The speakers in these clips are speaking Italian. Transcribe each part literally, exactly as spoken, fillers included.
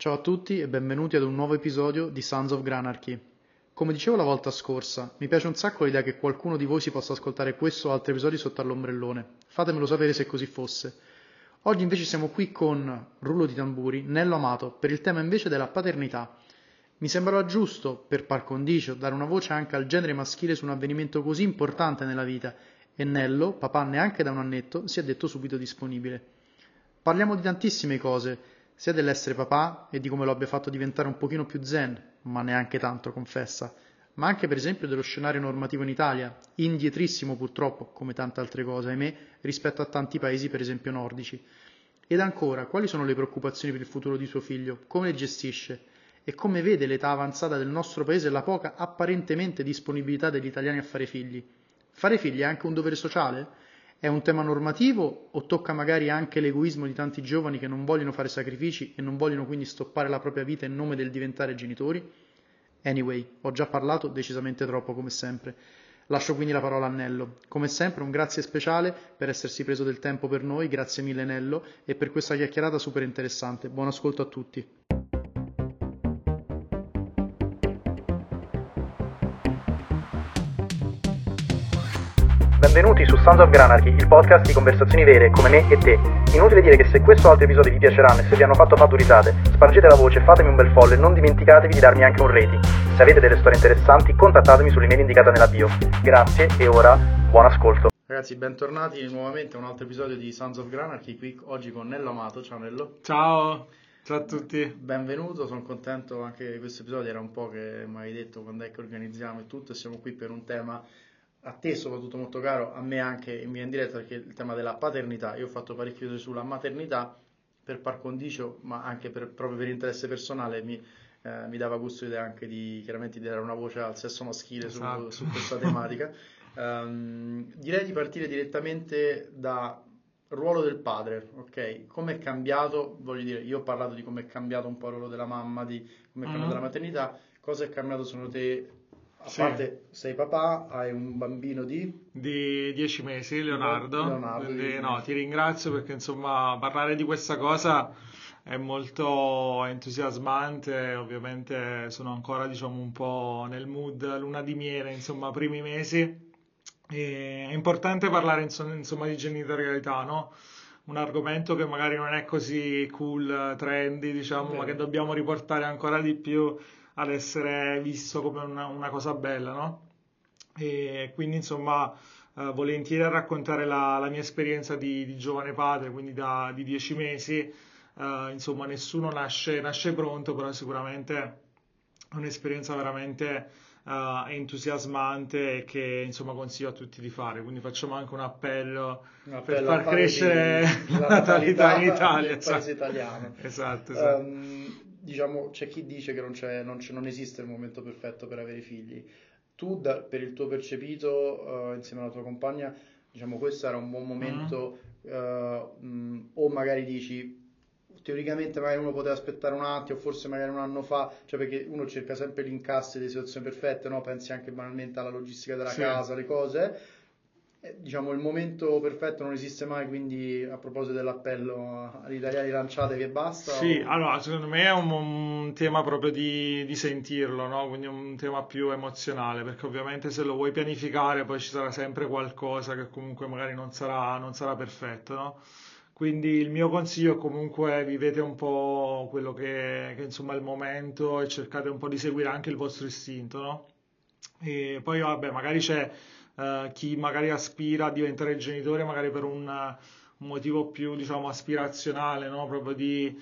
Ciao a tutti e benvenuti ad un nuovo episodio di Sons of Granarchy. Come dicevo la volta scorsa, mi piace un sacco l'idea che qualcuno di voi si possa ascoltare questo o altri episodi sotto all'ombrellone. Fatemelo sapere se così fosse. Oggi invece siamo qui con, rullo di tamburi, Nello Amato, per il tema invece della paternità. Mi sembrava giusto, per par condicio, dare una voce anche al genere maschile su un avvenimento così importante nella vita, e Nello, papà neanche da un annetto, si è detto subito disponibile. Parliamo di tantissime cose, sia dell'essere papà e di come lo abbia fatto diventare un pochino più zen, ma neanche tanto, confessa, ma anche per esempio dello scenario normativo in Italia, indietrissimo purtroppo, come tante altre cose, ahimè, rispetto a tanti paesi per esempio nordici. Ed ancora, quali sono le preoccupazioni per il futuro di suo figlio, come le gestisce e come vede l'età avanzata del nostro paese e la poca apparentemente disponibilità degli italiani a fare figli. Fare figli è anche un dovere sociale? È un tema normativo o tocca magari anche l'egoismo di tanti giovani che non vogliono fare sacrifici e non vogliono quindi stoppare la propria vita in nome del diventare genitori? Anyway, ho già parlato decisamente troppo come sempre. Lascio quindi la parola a Nello. Come sempre un grazie speciale per essersi preso del tempo per noi, grazie mille Nello, e per questa chiacchierata super interessante. Buon ascolto a tutti. Benvenuti su Sons of Granarchy, il podcast di conversazioni vere come me e te. Inutile dire che se questo o altri episodi vi piaceranno e se vi hanno fatto fatto risate, spargete la voce, fatemi un bel follow e non dimenticatevi di darmi anche un rating. Se avete delle storie interessanti, contattatemi sull'email indicata nella bio. Grazie e ora buon ascolto. Ragazzi, bentornati nuovamente a un altro episodio di Sons of Granarchy, qui oggi con Nello Amato. Ciao Nello. Ciao, ciao a tutti. Benvenuto, sono contento anche di questo episodio, era un po' che mi hai detto quando è che organizziamo e tutto, e siamo qui per un tema a te soprattutto molto caro, a me anche in via in diretta, perché il tema della paternità. Io ho fatto parecchio video sulla maternità per par condicio, ma anche per, proprio per interesse personale mi, eh, mi dava gusto l'idea anche di chiaramente di dare una voce al sesso maschile su, Esatto. su questa tematica. Um, direi di partire direttamente da ruolo del padre, ok? Come è cambiato, voglio dire, io ho parlato di come è cambiato un po' il ruolo della mamma, di come è cambiata Mm. la maternità. Cosa è cambiato secondo te? A Sì. parte sei papà, hai un bambino di Di dieci mesi, Leonardo. Di Leonardo, Quindi di dieci no, mesi. ti ringrazio perché insomma parlare di questa cosa è molto entusiasmante. Ovviamente sono ancora diciamo un po' nel mood luna di miele, insomma, primi mesi. E è importante parlare insomma, insomma di genitorialità, no? Un argomento che magari non è così cool, trendy, diciamo, Vero. ma che dobbiamo riportare ancora di più ad essere visto come una, una cosa bella, no? E quindi insomma eh, volentieri a raccontare la, la mia esperienza di, di giovane padre, quindi da, di dieci mesi. Eh, insomma nessuno nasce, nasce pronto, però sicuramente è un'esperienza veramente eh, entusiasmante e che insomma consiglio a tutti di fare, quindi facciamo anche un appello, Un per appello far a fare crescere di- la natalità in Italia. nel paese esatto. italiano. Esatto, esatto. Ehm, diciamo, c'è chi dice che non, c'è, non, c'è- non esiste il momento perfetto per avere figli. Tu, da- per il tuo percepito, eh, insieme alla tua compagna, diciamo, questo era un buon Mm. momento, eh, mh, o magari dici, teoricamente magari uno poteva aspettare un attimo, o forse magari un anno fa, cioè perché uno cerca sempre gli incassi delle situazioni perfette, no? Pensi anche banalmente alla logistica della Sì. casa, le cose. Eh, Diciamo, il momento perfetto non esiste mai, quindi a proposito dell'appello agli italiani, lanciatevi e basta. Sì, o- allora secondo me è un, un tema proprio di, di sentirlo, no? Quindi un tema più emozionale, perché ovviamente se lo vuoi pianificare poi ci sarà sempre qualcosa che comunque magari non sarà, non sarà perfetto, no? Quindi il mio consiglio è comunque vivete un po' quello che, che insomma è il momento e cercate un po' di seguire anche il vostro istinto, no? E poi vabbè, magari c'è eh, chi magari aspira a diventare genitore magari per un, un motivo più, diciamo, aspirazionale, no? Proprio di,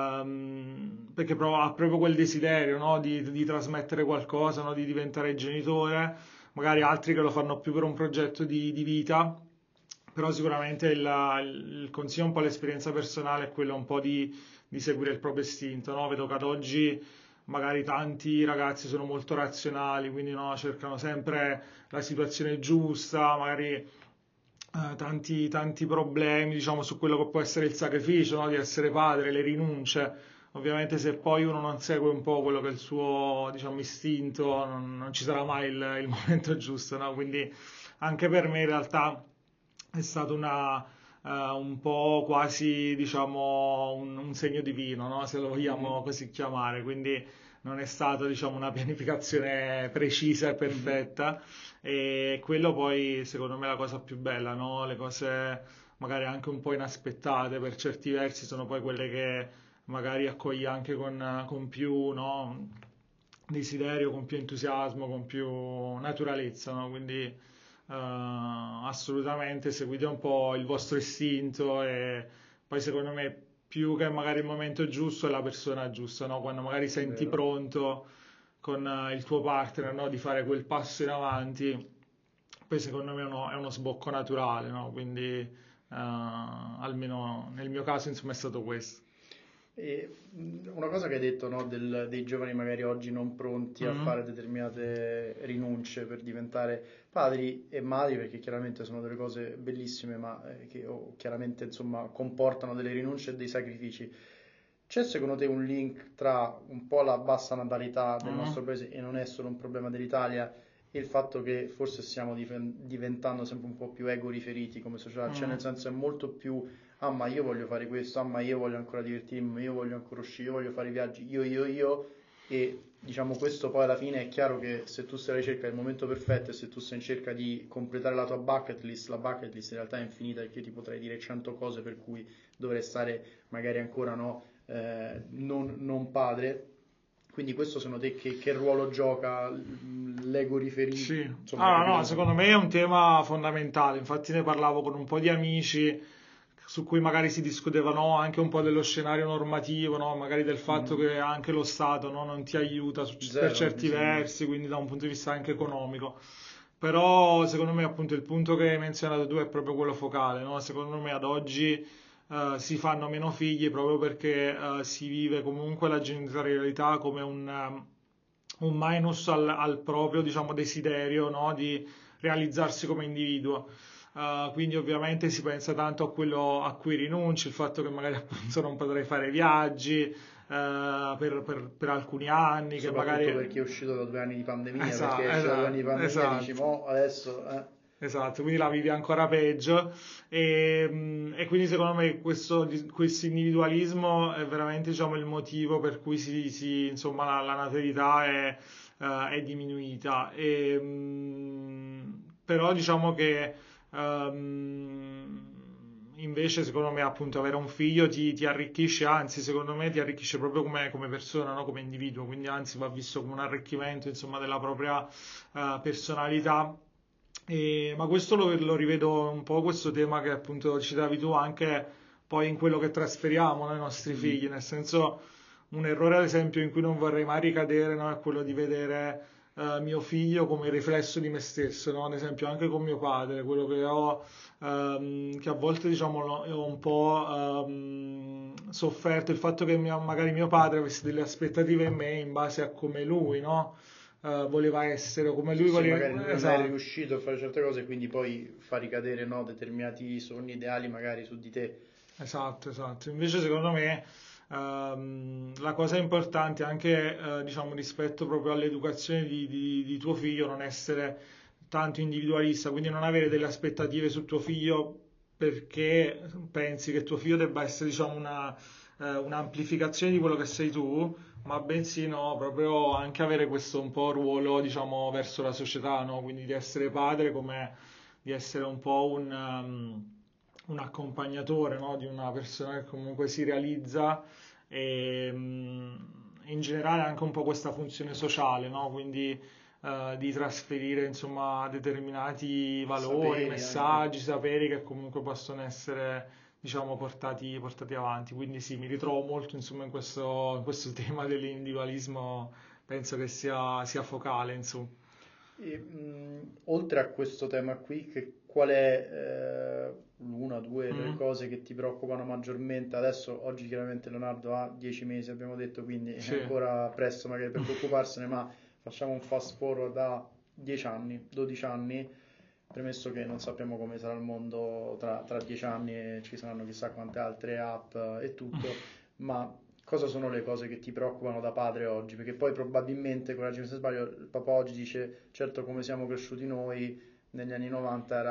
ehm, perché pro- ha proprio quel desiderio, no? Di, di trasmettere qualcosa, no? Di diventare genitore, magari altri che lo fanno più per un progetto di, di vita, però sicuramente il, il consiglio, un po' l'esperienza personale è quello un po' di, di seguire il proprio istinto, no? Vedo che ad oggi magari tanti ragazzi sono molto razionali, quindi no, cercano sempre la situazione giusta, magari eh, tanti, tanti problemi, diciamo, su quello che può essere il sacrificio, no, di essere padre, le rinunce. Ovviamente se poi uno non segue un po' quello che è il suo, diciamo, istinto, non, non ci sarà mai il, il momento giusto, no? Quindi anche per me in realtà è stata una, eh, un po' quasi, diciamo, un, un segno divino, no? Se lo vogliamo Mhm. così chiamare, quindi non è stata, diciamo, una pianificazione precisa e Mhm. perfetta, e quello poi, secondo me, è la cosa più bella, no? Le cose magari anche un po' inaspettate per certi versi sono poi quelle che magari accogli anche con, con più, no? Desiderio, con più entusiasmo, con più naturalezza, no? Quindi eh, assolutamente seguite un po' il vostro istinto, e poi secondo me più che magari il momento giusto è la persona giusta, no? Quando magari senti Vero. pronto con eh, il tuo partner, no? Di fare quel passo in avanti, poi secondo me è uno, è uno sbocco naturale, no? Quindi eh, almeno nel mio caso insomma è stato questo. E mh, una cosa che hai detto, no, del- dei giovani magari oggi non pronti a Mm? fare determinate rinunce per diventare padri e madri, perché chiaramente sono delle cose bellissime, ma eh, che oh, chiaramente insomma comportano delle rinunce e dei sacrifici. C'è secondo te un link tra un po' la bassa natalità del Mm? nostro paese, e non è solo un problema dell'Italia, e il fatto che forse stiamo diven- diventando sempre un po' più ego-riferiti come società? Cioè Mm? nel senso è molto più: ah, ma io voglio fare questo, ah, ma io voglio ancora divertirmi, ma io voglio ancora uscire, io voglio fare i viaggi, io, io, io. E diciamo questo poi alla fine è chiaro che se tu sei alla ricerca del momento perfetto, e se tu sei in cerca di completare la tua bucket list, la bucket list in realtà è infinita, perché io ti potrei dire cento cose per cui dovrei stare magari ancora no, eh, non, non padre. Quindi questo secondo te che, che ruolo gioca l'ego riferito? Sì, Insomma, hai allora capito no, cosa secondo me è un tema fondamentale, infatti ne parlavo con un po' di amici su cui magari si discutevano anche un po' dello scenario normativo, no? Magari del fatto Mhm. che anche lo Stato, no, non ti aiuta su- per Zero, mi certi sembra. versi, quindi da un punto di vista anche economico. Però secondo me appunto il punto che hai menzionato tu è proprio quello focale, no? Secondo me ad oggi eh, si fanno meno figli proprio perché eh, si vive comunque la genitorialità come un, ehm, un minus al, al proprio, diciamo, desiderio, no? Di realizzarsi come individuo. Uh, quindi ovviamente si pensa tanto a quello a cui rinunci, il fatto che magari appunto non potrai fare viaggi eh, per, per- per alcuni anni, che Soprattutto magari... per chi è uscito da due anni di pandemia, perché Esatto, esce da due anni di esatto, pandemia dici, esatto. mo adesso, eh. Esatto, quindi la vivi ancora peggio, e, mh, e quindi secondo me questo, questo individualismo è veramente, diciamo, il motivo per cui si, si- insomma, la, la natalità è, eh, è diminuita. E, mh, però diciamo che ehm, invece secondo me appunto avere un figlio ti, ti arricchisce, anzi secondo me ti arricchisce proprio come, come persona, no? Come individuo, quindi anzi va visto come un arricchimento, insomma, della propria eh, personalità. E- ma questo lo, lo rivedo un po' questo tema che appunto citavi tu anche poi in quello che trasferiamo noi ai nostri Mm. figli, nel senso un errore ad esempio in cui non vorrei mai ricadere, no, è quello di vedere eh, mio figlio come il riflesso di me stesso, no? Ad esempio anche con mio padre, quello che ho, ehm, che a volte diciamo lo- ho un po' ehm, sofferto il fatto che mio- magari mio padre avesse delle aspettative in me in base a come lui, no? Eh, voleva essere, o come Sì, lui sì, magari voleva... lui non è Esatto. riuscito a fare certe cose, quindi poi fa ricadere no, determinati sogni ideali magari su di te. Esatto, esatto. Invece secondo me ehm, la cosa importante anche eh, diciamo rispetto proprio all'educazione di, di- di tuo figlio non essere tanto individualista, quindi non avere delle aspettative su tuo figlio perché pensi che tuo figlio debba essere diciamo una, eh, un'amplificazione di quello che sei tu, ma bensì no, proprio anche avere questo un po' ruolo diciamo verso la società, no? Quindi di essere padre come di essere un po' un, um, un accompagnatore, no? Di una persona che comunque si realizza e um, in generale anche un po' questa funzione sociale, no? Quindi eh, di trasferire insomma determinati valori, Saperi anche. messaggi, saperi che comunque possono essere diciamo portati, portati avanti. Quindi sì, mi ritrovo molto insomma in questo, in questo tema dell'individualismo, penso che sia, sia focale, insomma. E, mh, oltre a questo tema qui, che, qual è eh, l'una, due, tre Mm? cose che ti preoccupano maggiormente? Adesso, oggi chiaramente Leonardo ha dieci mesi, abbiamo detto, quindi è Sì. ancora presto magari per preoccuparsene, ma facciamo un fast forward a dieci anni, dodici anni, premesso che non sappiamo come sarà il mondo tra, tra dieci anni e ci saranno chissà quante altre app eh, e tutto, ma cosa sono le cose che ti preoccupano da padre oggi? Perché poi probabilmente, correggimi se sbaglio, il papà oggi dice, certo come siamo cresciuti noi negli anni novanta era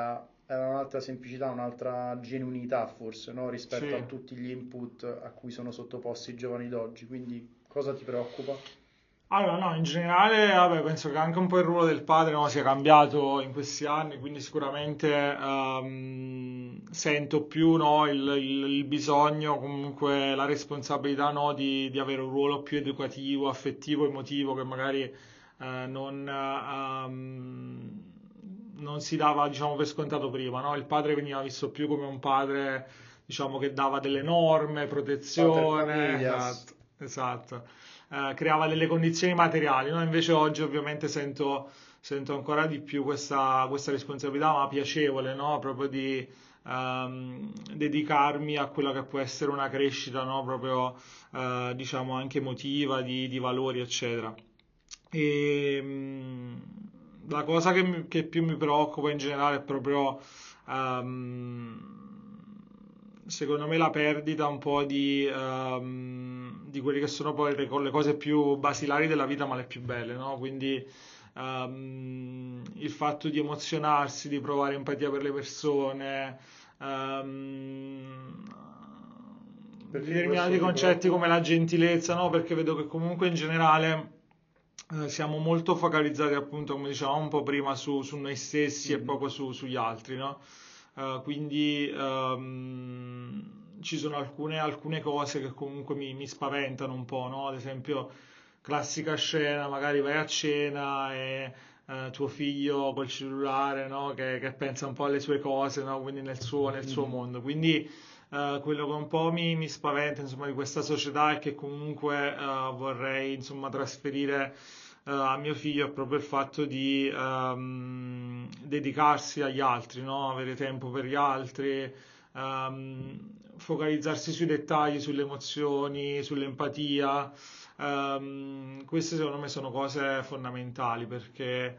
era un'altra semplicità, un'altra genuinità forse, no? Rispetto a Sì. tutti gli input a cui sono sottoposti i giovani d'oggi. Quindi cosa ti preoccupa? Allora, no, in generale, vabbè, penso che anche un po' il ruolo del padre, no, sia cambiato in questi anni, quindi sicuramente ehm, sento più, no, il, il- il bisogno, comunque la responsabilità, no, di, di avere un ruolo più educativo, affettivo, emotivo, che magari eh, non, ehm, non si dava, diciamo, per scontato prima, no? Il padre veniva visto più come un padre, diciamo, che dava delle norme, Pater protezione, familias. esatto, esatto, eh, creava delle condizioni materiali, no? Invece oggi ovviamente sento, sento ancora di più questa, questa responsabilità, ma piacevole, no? Proprio di ehm, dedicarmi a quella che può essere una crescita, no? Proprio, eh, diciamo, anche emotiva, di, di valori, eccetera. E mh, la cosa che, mi- che più mi preoccupa in generale è proprio, ehm, secondo me, la perdita un po' di, ehm, di quelle che sono poi le, co- le cose più basilari della vita, ma le più belle, no? Quindi ehm, il fatto di emozionarsi, di provare empatia per le persone, ehm, Perché questo determinati ti concetti come preoccupa? la gentilezza, no? Perché vedo che comunque in generale eh, siamo molto focalizzati, appunto, come dicevamo un po' prima, su, su noi stessi e Mhm. poco su- sugli altri, no? Eh, quindi ehm, ci sono alcune, alcune cose che comunque mi, mi spaventano un po', no? Ad esempio, classica scena, magari vai a cena e eh, tuo figlio col cellulare, no? Che, che pensa un po' alle sue cose, no? Quindi nel suo, nel suo Mhm. mondo. Quindi eh, quello che un po' mi, mi spaventa, insomma, di questa società è che comunque eh, vorrei, insomma, trasferire eh, a mio figlio è proprio il fatto di ehm, dedicarsi agli altri, no? Avere tempo per gli altri, ehm, focalizzarsi sui dettagli, sulle emozioni, sull'empatia. Ehm, queste secondo me sono cose fondamentali perché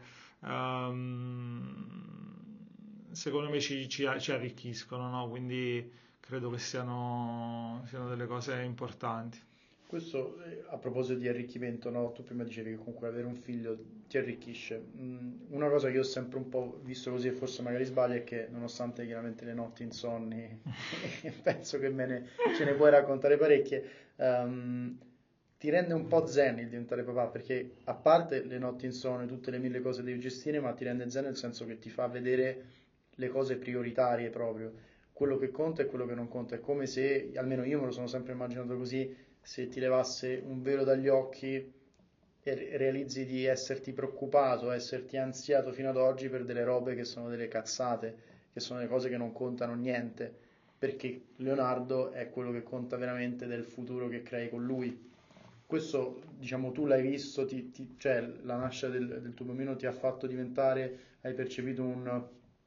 ehm, secondo me ci, ci- ci arricchiscono, no? Quindi credo che siano, siano delle cose importanti. Questo eh, a proposito di arricchimento, no? Tu prima dicevi che comunque avere un figlio ti arricchisce. Mm, una cosa che io ho sempre un po' visto così, e forse magari sbaglio, è che nonostante chiaramente le notti insonni, penso che me ne, ce ne puoi raccontare parecchie, ehm, ti rende un po' zen il diventare papà, perché a parte le notti insonne, tutte le mille cose che devi gestire, ma ti rende zen nel senso che ti fa vedere le cose prioritarie proprio. Quello che conta e quello che non conta. È come se, almeno io me lo sono sempre immaginato così, se ti levasse un velo dagli occhi e re- realizzi di esserti preoccupato, esserti ansiato fino ad oggi per delle robe che sono delle cazzate, che sono delle cose che non contano niente, perché Leonardo è quello che conta veramente del futuro che crei con lui. Questo, diciamo, tu l'hai visto, ti- ti- cioè la nascita del, del tuo bambino ti ha fatto diventare, hai percepito un,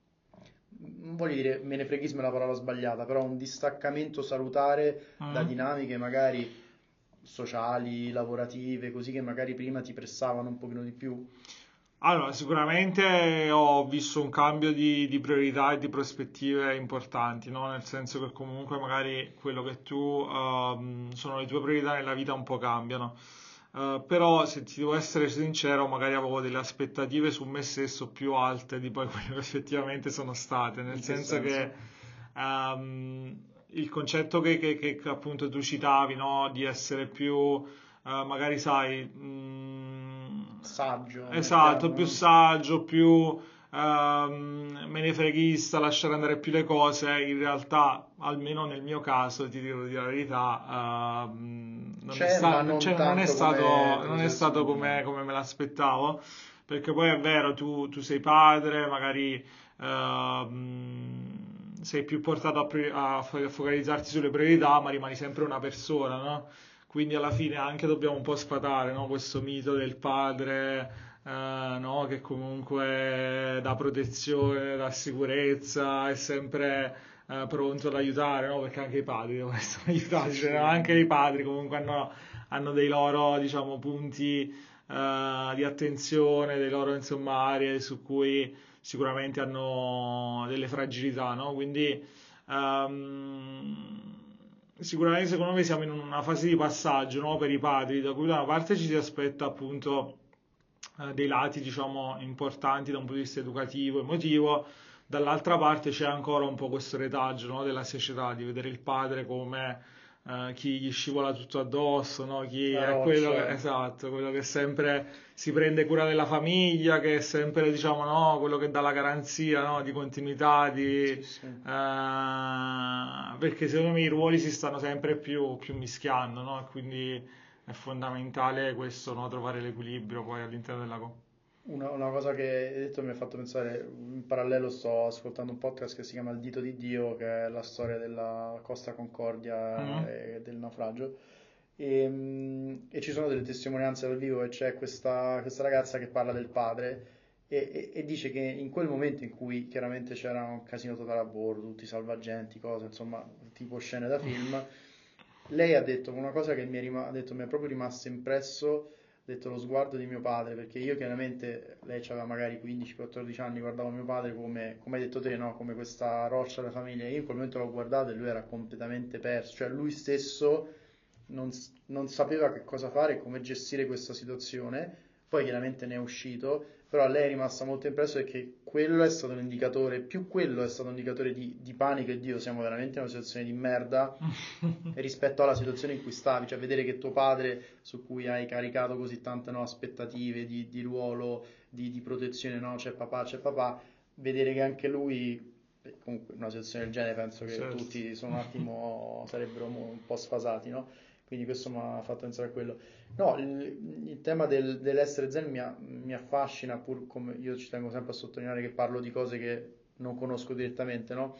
non voglio dire menefreghismo è la parola sbagliata, però un distaccamento salutare da Mm. dinamiche magari sociali, lavorative, così che magari prima ti pressavano un pochino di più. Allora, sicuramente ho visto un cambio di, di priorità e di prospettive importanti, no? Nel senso che comunque magari quello che tu ehm, sono le tue priorità nella vita un po' cambiano. Eh, però se ti devo essere sincero, magari avevo delle aspettative su me stesso più alte di poi quelle che effettivamente sono state, nel In che senso che senso? ehm, il concetto che, che- che- che appunto tu citavi, no? Di essere più eh, magari sai, mh, Saggio, esatto, più mettiamo. saggio, più ehm, menefreghista, lasciare andare più le cose, in realtà, almeno nel mio caso, ti dico di la verità, ehm, non è C'è, ma sta- non cioè, non è tanto come stato, te lo non è saresti stato come, immaginato. come me l'aspettavo, perché poi è vero, tu, tu sei padre, magari ehm, sei più portato a, pri- a fo- a focalizzarti sulle priorità, ma rimani sempre una persona, no? Quindi alla fine anche dobbiamo un po' sfatare, no? Questo mito del padre, eh, no? Che comunque dà protezione, dà sicurezza, è sempre eh, pronto ad aiutare, no? Perché anche i padri devono essere aiutati, cioè, Sì, anche i padri comunque hanno, hanno dei loro, diciamo, punti eh, di attenzione, dei loro, insomma, aree su cui sicuramente hanno delle fragilità, no? Quindi ehm, sicuramente secondo me siamo in una fase di passaggio, no, per i padri, da cui da una parte ci si aspetta appunto eh, dei lati, diciamo, importanti da un punto di vista educativo, emotivo, dall'altra parte c'è ancora un po' questo retaggio, no, della società, di vedere il padre come eh, chi gli scivola tutto addosso, no? Chi La è quello che, roccia. esatto, quello che sempre si prende cura della famiglia, che è sempre, diciamo, no, quello che dà la garanzia, no, di continuità, di, Sì, eh, sì. perché secondo me i ruoli si stanno sempre più, più mischiando, no? E quindi è fondamentale questo, no? Trovare l'equilibrio poi all'interno della coppia. Una, una cosa che hai detto mi ha fatto pensare, in parallelo sto ascoltando un podcast che si chiama Il dito di Dio, che è la storia della Costa Concordia Mm. e del naufragio. E, mm, e ci sono delle testimonianze dal vivo e c'è questa, questa ragazza che parla del padre e, e- e dice che in quel momento in cui chiaramente c'era un casino totale a bordo, tutti salvagenti, cose, insomma, tipo scene da film, lei ha detto una cosa che mi è, rima- ha detto, mi è proprio rimasto impresso, ha detto lo sguardo di mio padre, perché io chiaramente, lei aveva magari quindici quattordici anni, guardavo mio padre come, come hai detto te, no? Come questa roccia della famiglia, io in quel momento l'ho guardato e lui era completamente perso, cioè lui stesso non, s- non sapeva che cosa fare e come gestire questa situazione, poi chiaramente ne è uscito, però a lei è rimasta molto impresso perché quello è stato un indicatore, più quello è stato un indicatore di, di panico e Dio, siamo veramente in una situazione di merda rispetto alla situazione in cui stavi, cioè vedere che tuo padre, su cui hai caricato così tante no, aspettative di, di ruolo, di, di protezione, no? C'è papà, c'è papà, vedere che anche lui, beh, comunque in una situazione del genere penso che Certo. tutti sono un attimo, sarebbero mo- un po' sfasati, no? Quindi questo mi ha fatto pensare a quello. No, il, il tema del- dell'essere zen mi, a- mi affascina, pur come io ci tengo sempre a sottolineare che parlo di cose che non conosco direttamente, no?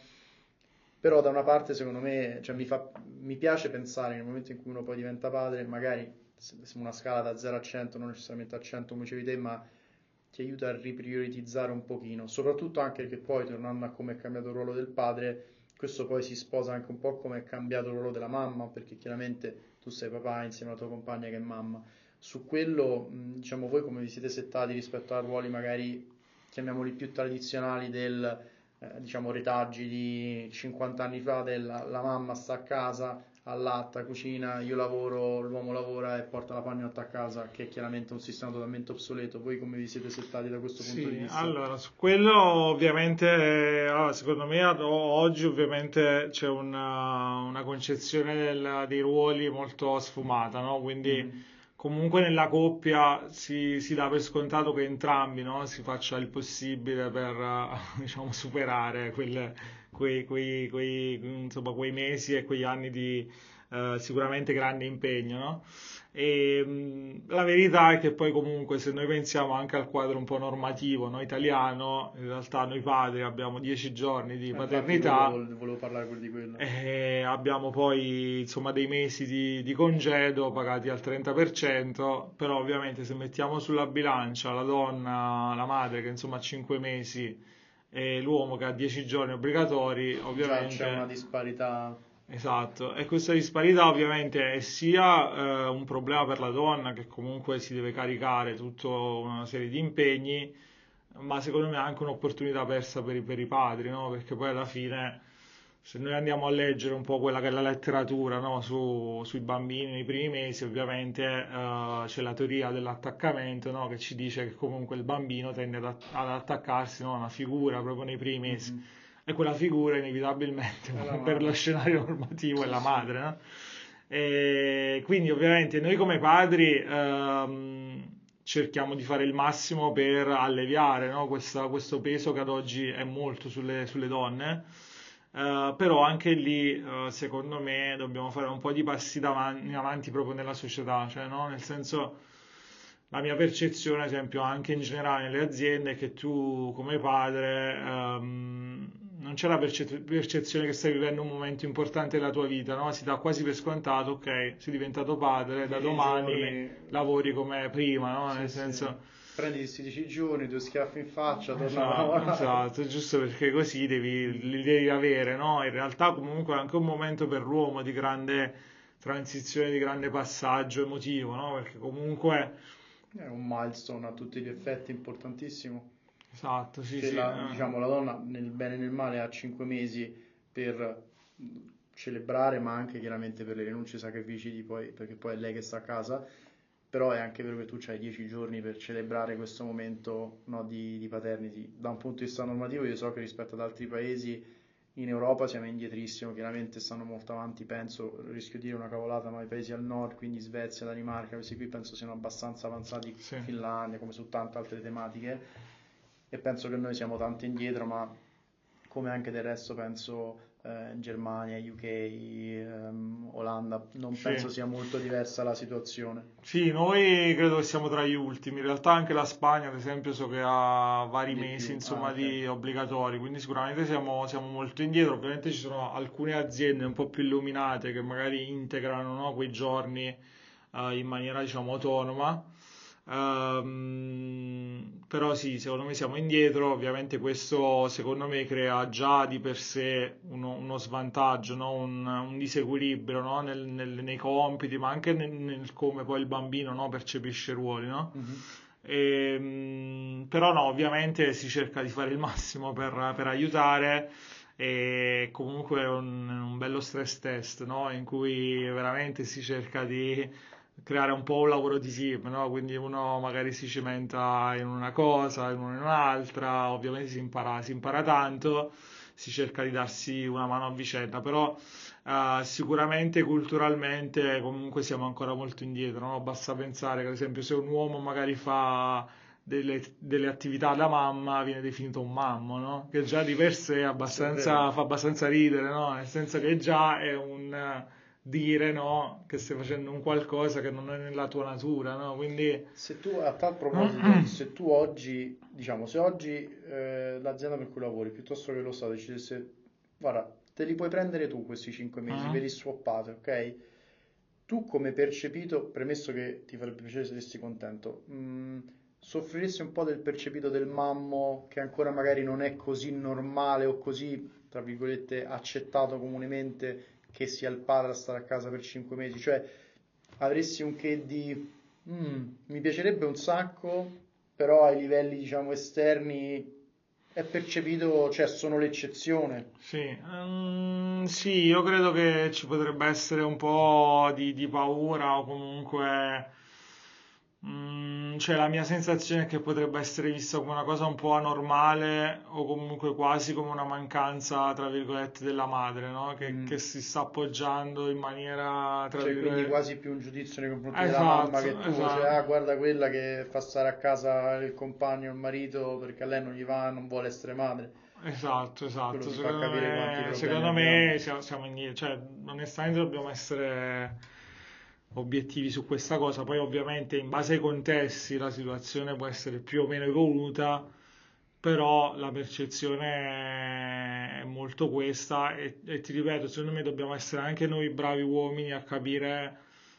Però da una parte secondo me, cioè, mi fa- mi piace pensare nel momento in cui uno poi diventa padre, magari se- su una scala da zero a cento, non necessariamente a cento come dicevi te, ma ti aiuta a riprioritizzare un pochino, soprattutto anche perché poi tornando a come è cambiato il ruolo del padre, questo poi si sposa anche un po' come è cambiato il ruolo della mamma, perché chiaramente tu sei papà insieme alla tua compagna che è mamma. Su quello, mh, diciamo, voi come vi siete settati rispetto a ruoli magari, chiamiamoli più tradizionali del, eh, diciamo, retaggi di cinquanta anni fa, della la mamma sta a casa, allatta, cucina, io lavoro, l'uomo lavora e porta la pagnotta a casa, che è chiaramente un sistema totalmente obsoleto. Voi come vi siete settati da questo punto di Sì, vista? allora su quello ovviamente, eh, allora, secondo me ad- oggi ovviamente c'è una, una concezione del- dei ruoli molto sfumata, no? Quindi Mhm. comunque nella coppia si, si dà per scontato che entrambi, no, si faccia il possibile per, eh, diciamo, superare quelle- quei, quei- quei, insomma, quei mesi e quegli anni di eh, sicuramente grande impegno, no? E mh, la verità è che poi comunque se noi pensiamo anche al quadro un po' normativo, no, italiano, in realtà noi padri abbiamo dieci giorni di Eh, Infatti quello paternità vol- volevo parlare pure di quello. e abbiamo poi insomma dei mesi di, di congedo pagati al trenta per cento, però ovviamente se mettiamo sulla bilancia la donna, la madre che insomma ha cinque mesi e l'uomo che ha dieci giorni obbligatori, Già c'è una ovviamente. disparità. Esatto, e questa disparità ovviamente è sia eh, un problema per la donna che comunque si deve caricare tutta una serie di impegni, ma secondo me è anche un'opportunità persa per i, per i padri, no? Perché poi alla fine, se noi andiamo a leggere un po' quella che è la letteratura, no? Su- sui bambini nei primi mesi, ovviamente eh, c'è la teoria dell'attaccamento, no? Che ci dice che comunque il bambino tende ad, ad attaccarsi, no? A una figura proprio nei primi mesi. Mhm. E quella figura inevitabilmente È la per lo madre. scenario normativo è Sì, la sì. madre, no? E quindi ovviamente noi come padri ehm, cerchiamo di fare il massimo per alleviare, no, questa- questo peso che ad oggi è molto sulle, sulle donne. Eh, però anche lì, eh, secondo me, dobbiamo fare un po' di passi davan- in avanti proprio nella società, cioè, no? Nel senso, la mia percezione, ad esempio, anche in generale nelle aziende, è che tu come padre ehm, non c'è la perce- percezione che stai vivendo un momento importante della tua vita, no? Si dà quasi per scontato, ok, sei diventato padre, da Dieci domani giorni. lavori come prima, no? Sì, Nel sì. senso. Prendi questi dieci giorni, due schiaffi in faccia, torna a Esatto, lavorare. esatto, giusto perché così devi, Mm. li devi avere, no? In realtà comunque è anche un momento per l'uomo di grande transizione, di grande passaggio emotivo, no? Perché comunque, È un milestone a tutti gli effetti importantissimo. esatto, sì, Che sì, la, eh, diciamo, la donna nel bene e nel male ha cinque mesi per celebrare, ma anche chiaramente per le rinunce e i sacrifici di poi, perché poi è lei che sta a casa. però è anche vero che tu hai dieci giorni per celebrare questo momento, no, di, di paternity. Da un punto di vista normativo io so che rispetto ad altri paesi in Europa siamo indietrissimo, chiaramente stanno molto avanti, penso, rischio di dire una cavolata, ma i paesi al nord, quindi Svezia, Danimarca, questi qui penso siano abbastanza avanzati, Sì. Finlandia, come su tante altre tematiche, e penso che noi siamo tanto indietro, ma come anche del resto penso eh, Germania, U K, ehm, Olanda, non Sì. penso sia molto diversa la situazione. Sì, noi credo che siamo tra gli ultimi. In realtà anche la Spagna, ad esempio, so che ha vari Di mesi, più. insomma, Ah, ok. di obbligatori, quindi sicuramente siamo, siamo molto indietro. Ovviamente ci sono alcune aziende un po' più illuminate che magari integrano, no, quei giorni eh, in maniera, diciamo, autonoma. Ehm, però sì, secondo me siamo indietro. Ovviamente questo, secondo me, crea già di per sé uno, uno svantaggio, no? Un, un disequilibrio, no? Nel- nel- nei compiti, ma anche nel, nel come poi il bambino, no, percepisce i ruoli, no? Mhm. Ehm, però no, ovviamente si cerca di fare il massimo per, per aiutare, e comunque è un, un bello stress test, no? In cui veramente si cerca di creare un po' un lavoro di team, no? Quindi uno magari si cimenta in una cosa, in uno in un'altra, ovviamente si impara, si impara tanto, si cerca di darsi una mano a vicenda, però eh, sicuramente culturalmente comunque siamo ancora molto indietro, no? Basta pensare che ad esempio se un uomo magari fa delle, delle attività da mamma viene definito un mammo, no? Che già di per sé è Sì, è abbastanza, vero. fa abbastanza ridere, no? Nel senso che già è un dire, no, che stai facendo un qualcosa che non è nella tua natura, no? Quindi Se tu, a tal proposito, se tu oggi, diciamo, se oggi eh, l'azienda per cui lavori, piuttosto che lo Stato, decidesse, guarda, te li puoi prendere tu questi cinque mesi, ve li swappate, ok? Tu come percepito, premesso che ti farebbe piacere se saresti contento, mh, soffriresti un po' del percepito del mammo che ancora magari non è così normale o così, tra virgolette, accettato comunemente che sia il padre a stare a casa per cinque mesi? Cioè, avresti un che di "Mm, mi piacerebbe un sacco, però ai livelli, diciamo, esterni è percepito, cioè sono l'eccezione." sì, ehm, sì, io credo che ci potrebbe essere un po' di, di paura o comunque, mm, cioè la mia sensazione è che potrebbe essere vista come una cosa un po' anormale o comunque quasi come una mancanza, tra virgolette, della madre, no? Che, che Mm. si sta appoggiando in maniera, tra Cioè, quindi virgolette... quasi più un giudizio nei confronti della mamma Esatto, che tuo, cioè, esatto. ah, guarda quella che fa stare a casa il compagno, il marito, perché a lei non gli va, non vuole essere madre. Esatto, Quello esatto. ti fa Secondo capire quanti me, problemi secondo abbiamo. me siamo, siamo indietro. Cioè, onestamente dobbiamo essere obiettivi su questa cosa. Poi, ovviamente, in base ai contesti, la situazione può essere più o meno evoluta, però la percezione è molto questa. E, e ti ripeto, secondo me dobbiamo essere anche noi bravi uomini a capire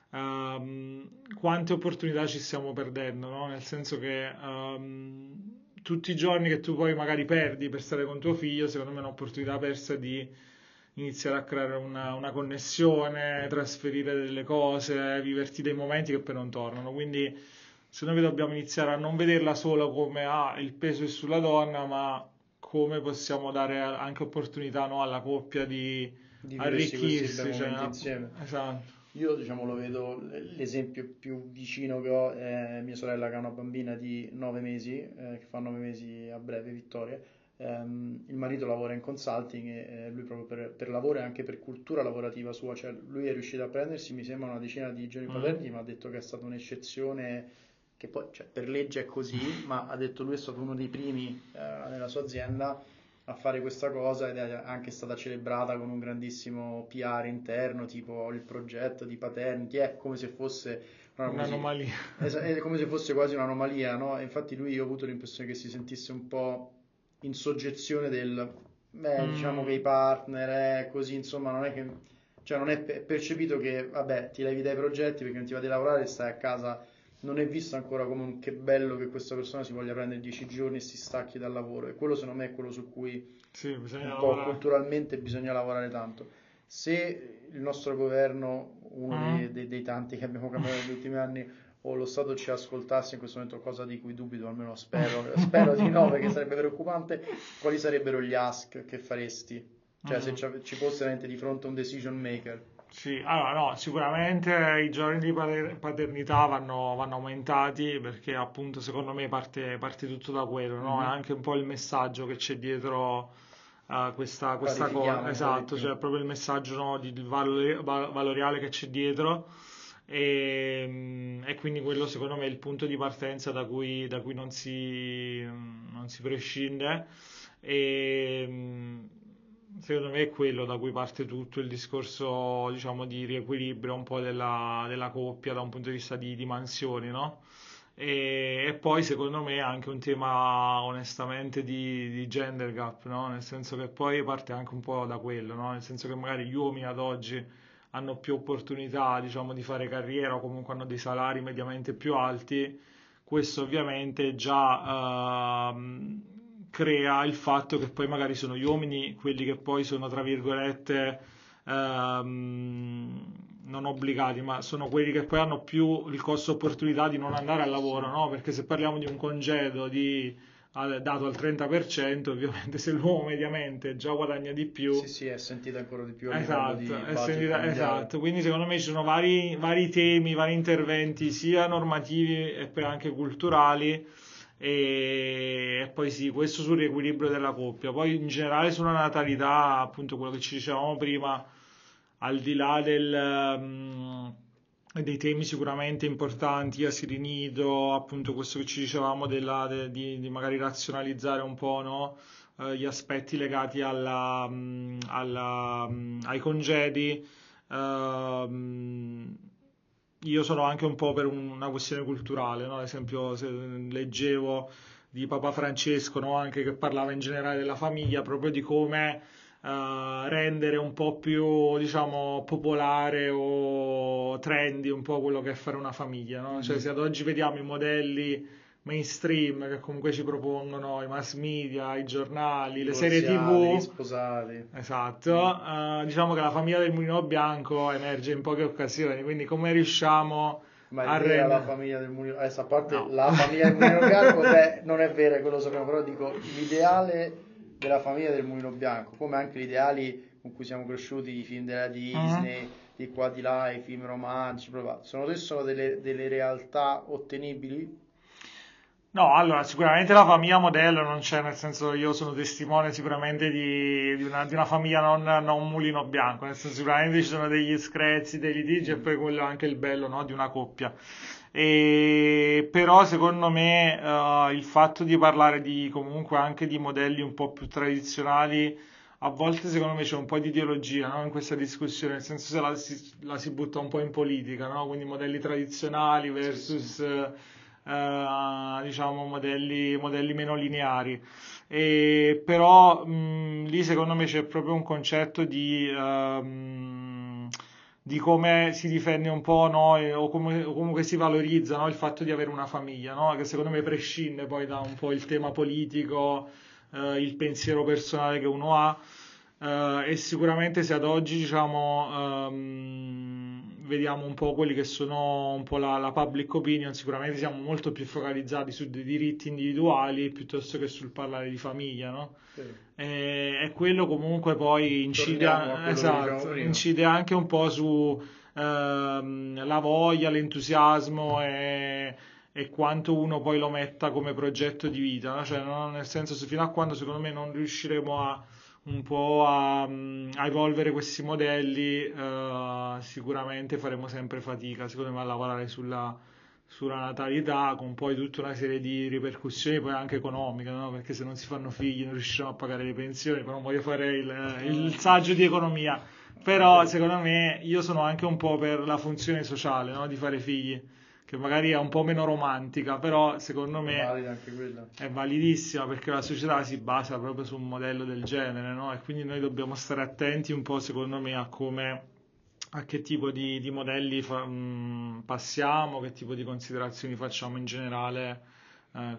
ehm, quante opportunità ci stiamo perdendo, no? Nel senso che ehm, tutti i giorni che tu poi magari perdi per stare con tuo figlio, secondo me è un'opportunità persa di iniziare a creare una, una connessione, trasferire delle cose, viverti dei momenti che poi non tornano. Quindi secondo me dobbiamo iniziare a non vederla solo come ah, il peso è sulla donna, ma come possiamo dare anche opportunità, no, alla coppia di Di viversi questi bei arricchirsi, cioè, momenti insieme. esatto. Io, diciamo, lo vedo, l'esempio più vicino che ho è mia sorella che ha una bambina di nove mesi, eh, che fa nove mesi a breve, Vittoria. Ehm, il marito lavora in consulting e eh, lui proprio per, per lavoro e anche per cultura lavorativa sua, cioè lui è riuscito a prendersi, mi sembra, una decina di giorni Mm. paterni, ma ha detto che è stata un'eccezione, che poi, cioè, per legge è così, ma ha detto lui è stato uno dei primi eh, nella sua azienda a fare questa cosa ed è anche stata celebrata con un grandissimo P R interno, tipo il progetto di paternity, è come se fosse una, così, Un'anomalia. è come se fosse quasi un'anomalia, no? E infatti lui, io ho avuto l'impressione che si sentisse un po' in soggezione del, beh, diciamo che i Mm. partner, è così, insomma, non è che, cioè non è percepito che, vabbè, ti levi dai progetti perché non ti va di lavorare e stai a casa, non è visto ancora come un che bello che questa persona si voglia prendere dieci giorni e si stacchi dal lavoro, e quello secondo me è quello su cui Sì, bisogna un po' lavorare. culturalmente bisogna lavorare tanto. Se il nostro governo, uno Mm. dei, dei- dei tanti che abbiamo cambiato negli ultimi anni, o lo Stato ci ascoltasse in questo momento, cosa di cui dubito, almeno spero, spero di no perché sarebbe preoccupante, quali sarebbero gli ask che faresti? Cioè se Mm. ci ci fosse veramente di fronte un decision maker. Sì, allora no, sicuramente i giorni di pater- paternità vanno, vanno aumentati perché appunto secondo me parte, parte tutto da quello, no? È Mhm. anche un po' il messaggio che c'è dietro a questa, questa cosa, Qualifichiamo un po' di esatto, più. cioè proprio il messaggio, no, di, di valore- va- valoriale che c'è dietro e, mm, e quindi quello secondo me è il punto di partenza da cui, da cui non si, non si prescinde e mm, secondo me è quello da cui parte tutto il discorso, diciamo, di riequilibrio un po' della, della coppia da un punto di vista di, di mansioni, no? E, e poi secondo me è anche un tema onestamente di, di gender gap, no? Nel senso che poi parte anche un po' da quello, no? Nel senso che magari gli uomini ad oggi hanno più opportunità, diciamo, di fare carriera o comunque hanno dei salari mediamente più alti, questo ovviamente già ehm, crea il fatto che poi magari sono gli uomini quelli che poi sono, tra virgolette, ehm, non obbligati, ma sono quelli che poi hanno più il costo opportunità di non andare al lavoro, Sì. no? Perché se parliamo di un congedo di, al- dato al trenta per cento, ovviamente se l'uomo mediamente già guadagna di Sì, più. sì, è sentito ancora di più a livello di Esatto, è budget sentita- familiare. esatto, quindi secondo me ci sono vari, vari temi, vari interventi, sia normativi e poi anche culturali, e, e poi sì, questo sul riequilibrio della coppia. Poi in generale sulla natalità, appunto quello che ci dicevamo prima, al di là del, mm, dei temi sicuramente importanti, asili nido, appunto questo che ci dicevamo della- de- di, di magari razionalizzare un po', no? Eh, gli aspetti legati alla, mh, alla, mh, ai congedi. Ehm, io sono anche un po' per un- una questione culturale, no? Ad esempio, se leggevo di Papa Francesco, no? Anche che parlava in generale della famiglia, proprio di come eh, rendere un po' più, diciamo, popolare o trendy un po' quello che è fare una famiglia, no? Cioè, se Mhm. ad oggi vediamo i modelli mainstream che comunque ci propongono i mass media, i giornali, le serie Divorziati, T V. risposati. Mm. Esatto, eh, diciamo che la famiglia del Mulino Bianco emerge in poche occasioni, quindi come riusciamo Ma è a vera la rendere... famiglia del Mulino? Adesso, a parte No. la famiglia del Mulino Bianco, beh, non è vera, quello sappiamo, però dico l'ideale della famiglia del Mulino Bianco, come anche gli ideali con cui siamo cresciuti, i film della Mhm. Disney, di qua di là, i film romantici, proprio. Secondo te sono delle, delle realtà ottenibili? No, allora sicuramente la famiglia modello non c'è, nel senso io sono testimone sicuramente di, di una, di una famiglia non, non mulino bianco, nel senso sicuramente ci sono degli screzi, dei litigi e Mhm. poi quello è anche il bello, no, di una coppia. E, però secondo me eh, il fatto di parlare di comunque anche di modelli un po' più tradizionali, a volte secondo me c'è un po' di ideologia, no, in questa discussione, nel senso se la si, la si butta un po' in politica, no? Quindi modelli tradizionali Sì, sì. versus eh, eh, diciamo modelli, modelli meno lineari. E, però mh, lì secondo me c'è proprio un concetto di, ehm, di come si difende un po', no? E- o, come, o comunque si valorizza, no? Il fatto di avere una famiglia, no? Che secondo me prescinde poi da un po' il tema politico, eh, il pensiero personale che uno ha. Eh, e sicuramente se ad oggi diciamo ehm, vediamo un po' quelli che sono un po' la, la public opinion, sicuramente siamo molto più focalizzati su dei diritti individuali piuttosto che sul parlare di famiglia, no? Vero. E, e quello comunque poi incide, Torniamo a a- quello che dicevamo esatto, prima. incide anche un po' su ehm, la voglia, l'entusiasmo e, e quanto uno poi lo metta come progetto di vita, no? Cioè, no? Nel senso, se fino a quando secondo me non riusciremo a un po' a, a evolvere questi modelli, eh, sicuramente faremo sempre fatica, secondo me, a lavorare sulla, sulla natalità, con poi tutta una serie di ripercussioni poi anche economiche, no? Perché se non si fanno figli non riusciamo a pagare le pensioni, però non voglio fare il, il No, saggio di economia, è però vero. secondo me io sono anche un po' per la funzione sociale, no? Di fare figli, che magari è un po' meno romantica, però secondo È me valida anche quella. è validissima perché la società si basa proprio su un modello del genere, no? E quindi noi dobbiamo stare attenti un po', secondo me, a come, a che tipo di, di modelli fa- mh, passiamo, che tipo di considerazioni facciamo in generale, eh,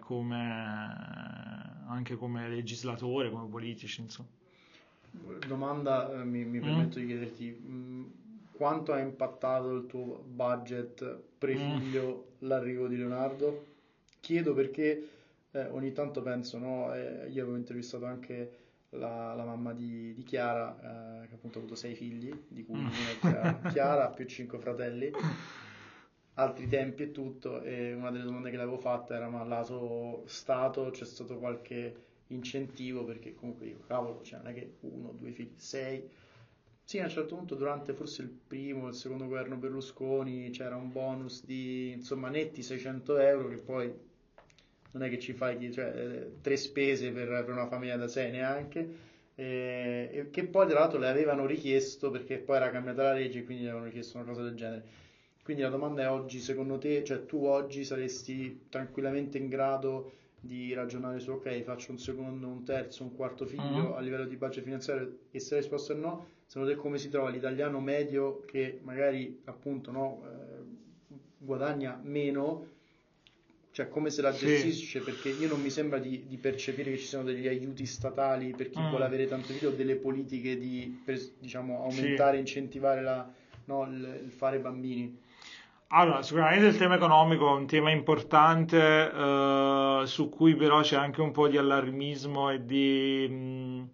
come, anche come legislatore, come politici, insomma. Domanda, eh, mi, mi Mm? permetto di chiederti, mh, quanto ha impattato il tuo budget Mm? prefiglio l'arrivo di Leonardo? Chiedo perché eh, ogni tanto penso, no? Eh, io avevo intervistato anche la, la mamma di, di Chiara, eh, che appunto ha avuto sei figli, di cui una è Chiara, Chiara più cinque fratelli, altri tempi e tutto, e una delle domande che le avevo fatta era: ma lato Stato c'è stato qualche incentivo? Perché comunque io, cavolo, cioè non è che uno, due figli, sei. Sì, a un certo punto durante forse il primo o il secondo governo Berlusconi c'era un bonus di, insomma, netti seicento euro, che poi non è che ci fai chi- cioè, eh, tre spese per, per una famiglia da sei neanche, eh, e che poi tra l'altro le avevano richiesto perché poi era cambiata la legge e quindi le avevano richiesto una cosa del genere. Quindi la domanda è: oggi, secondo te, cioè tu oggi saresti tranquillamente in grado di ragionare su: ok, faccio un secondo, un terzo, un quarto figlio a Mhm. livello di budget finanziario, e se la risposta è no, secondo te come si trova l'italiano medio che magari appunto no, eh, guadagna meno, cioè come se la Sì. gestisce? Perché io non mi sembra di, di percepire che ci siano degli aiuti statali per chi vuole Mm. avere tanto figlio, o delle politiche di, per, diciamo, Sì. aumentare, incentivare la, no, il, il fare bambini. Allora, sicuramente il tema economico è un tema importante, eh, su cui però c'è anche un po' di allarmismo e di, mh,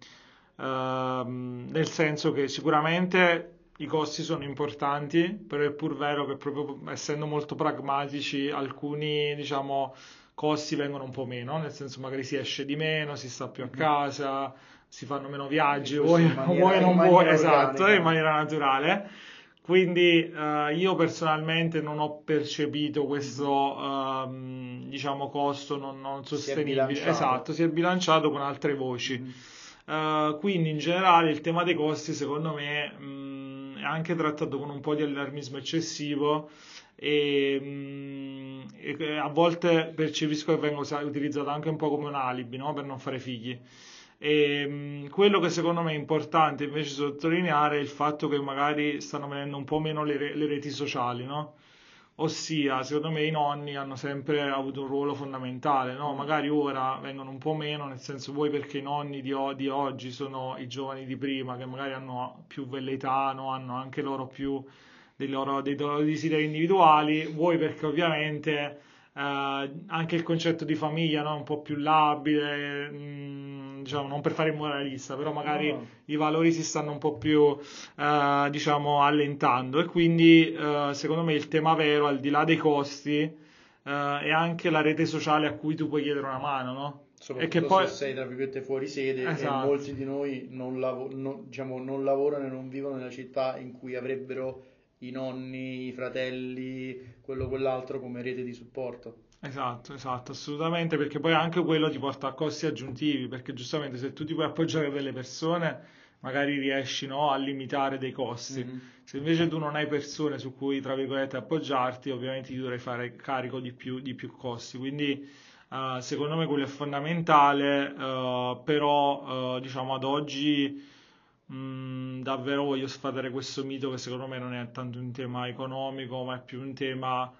ehm, nel senso che sicuramente i costi sono importanti, però è pur vero che proprio essendo molto pragmatici, alcuni, diciamo, costi vengono un po' meno, nel senso magari si esce di meno, si sta più a Mhm. casa, si fanno meno E viaggi, questo vuoi, in maniera, vuoi in non vuoi, maniera esatto, in organica maniera naturale. Quindi eh, io personalmente non ho percepito Mhm. questo, ehm, diciamo, costo non, non Si è sostenibile. bilanciato. Esatto, si è bilanciato con altre voci. Mhm. Eh, quindi in generale il tema dei costi, secondo me, mh, è anche trattato con un po' di allarmismo eccessivo e, mh, e che a volte percepisco che venga usa- utilizzato anche un po' come un alibi, no? Per non fare figli. E, mh, quello che secondo me è importante invece sottolineare è il fatto che magari stanno venendo un po' meno le, re- le reti sociali, no? Ossia, secondo me i nonni hanno sempre avuto un ruolo fondamentale, no? Mm. Magari ora vengono un po' meno, nel senso vuoi perché i nonni di, o- di oggi sono i giovani di prima, che magari hanno più velleità, no? Hanno anche loro più dei loro, dei loro desideri individuali, vuoi perché ovviamente eh, anche il concetto di famiglia, no? Un po' più labile, mh, diciamo, non per fare il moralista, però No, magari no. i valori si stanno un po' più, eh, diciamo, allentando e quindi eh, secondo me il tema vero, al di là dei costi, eh, è anche la rete sociale a cui tu puoi chiedere una mano, no? E che Soprattutto poi... se sei tra virgolette fuori sede, e Esatto. molti di noi non, lavo- no- diciamo, non lavorano e non vivono nella città in cui avrebbero i nonni, i fratelli, quello o quell'altro come rete di supporto. Esatto, esatto, assolutamente, perché poi anche quello ti porta a costi aggiuntivi, perché giustamente se tu ti puoi appoggiare a delle persone, magari riesci, no, a limitare dei costi. Mhm. Se invece tu non hai persone su cui, tra virgolette, appoggiarti, ovviamente ti dovrai fare carico di più, di più costi. Quindi, eh, secondo me quello è fondamentale, eh, però, eh, diciamo, ad oggi, mh, davvero voglio sfatare questo mito che secondo me non è tanto un tema economico, ma è più un tema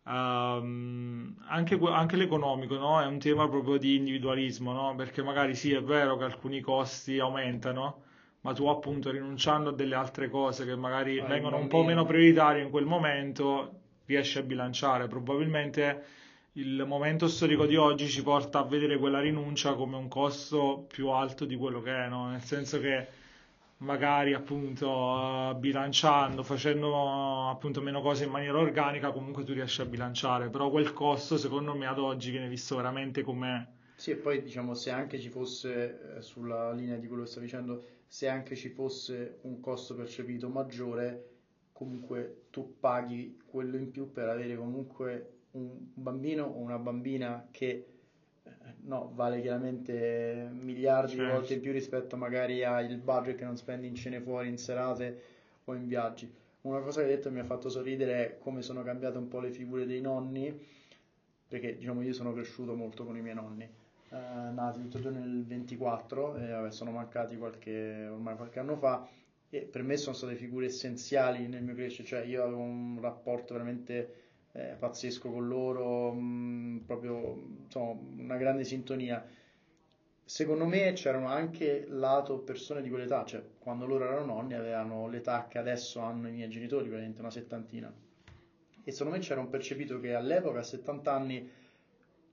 Ehm, anche, que- anche l'economico, no? È un tema proprio di individualismo, no? Perché magari sì, è vero che alcuni costi aumentano, ma tu appunto rinunciando a delle altre cose che magari Hai un vengono un po' meno bambino. prioritarie in quel momento, riesci a bilanciare. Probabilmente il momento storico di oggi ci porta a vedere quella rinuncia come un costo più alto di quello che è, no? Nel senso che magari appunto eh, bilanciando, facendo appunto meno cose in maniera organica, comunque tu riesci a bilanciare, però quel costo secondo me ad oggi viene visto veramente come... Sì, e poi diciamo, se anche ci fosse, eh, sulla linea di quello che stai dicendo, se anche ci fosse un costo percepito maggiore, comunque tu paghi quello in più per avere comunque un bambino o una bambina che, eh, no, vale chiaramente miliardi di volte Certo. in più rispetto magari al budget che non spendi in cene fuori, in serate o in viaggi. Una cosa che hai detto che mi ha fatto sorridere è come sono cambiate un po' le figure dei nonni, perché diciamo io sono cresciuto molto con i miei nonni, eh, nati tutti e due nel ventiquattro, e vabbè, sono mancati qualche, ormai qualche anno fa, e per me sono state figure essenziali nel mio crescere, cioè io avevo un rapporto veramente eh, pazzesco con loro, mh, proprio insomma, una grande sintonia. Secondo me c'erano anche lato persone di quell'età, cioè quando loro erano nonni avevano l'età che adesso hanno i miei genitori, praticamente una settantina. E secondo me c'era un percepito che all'epoca, a settanta anni,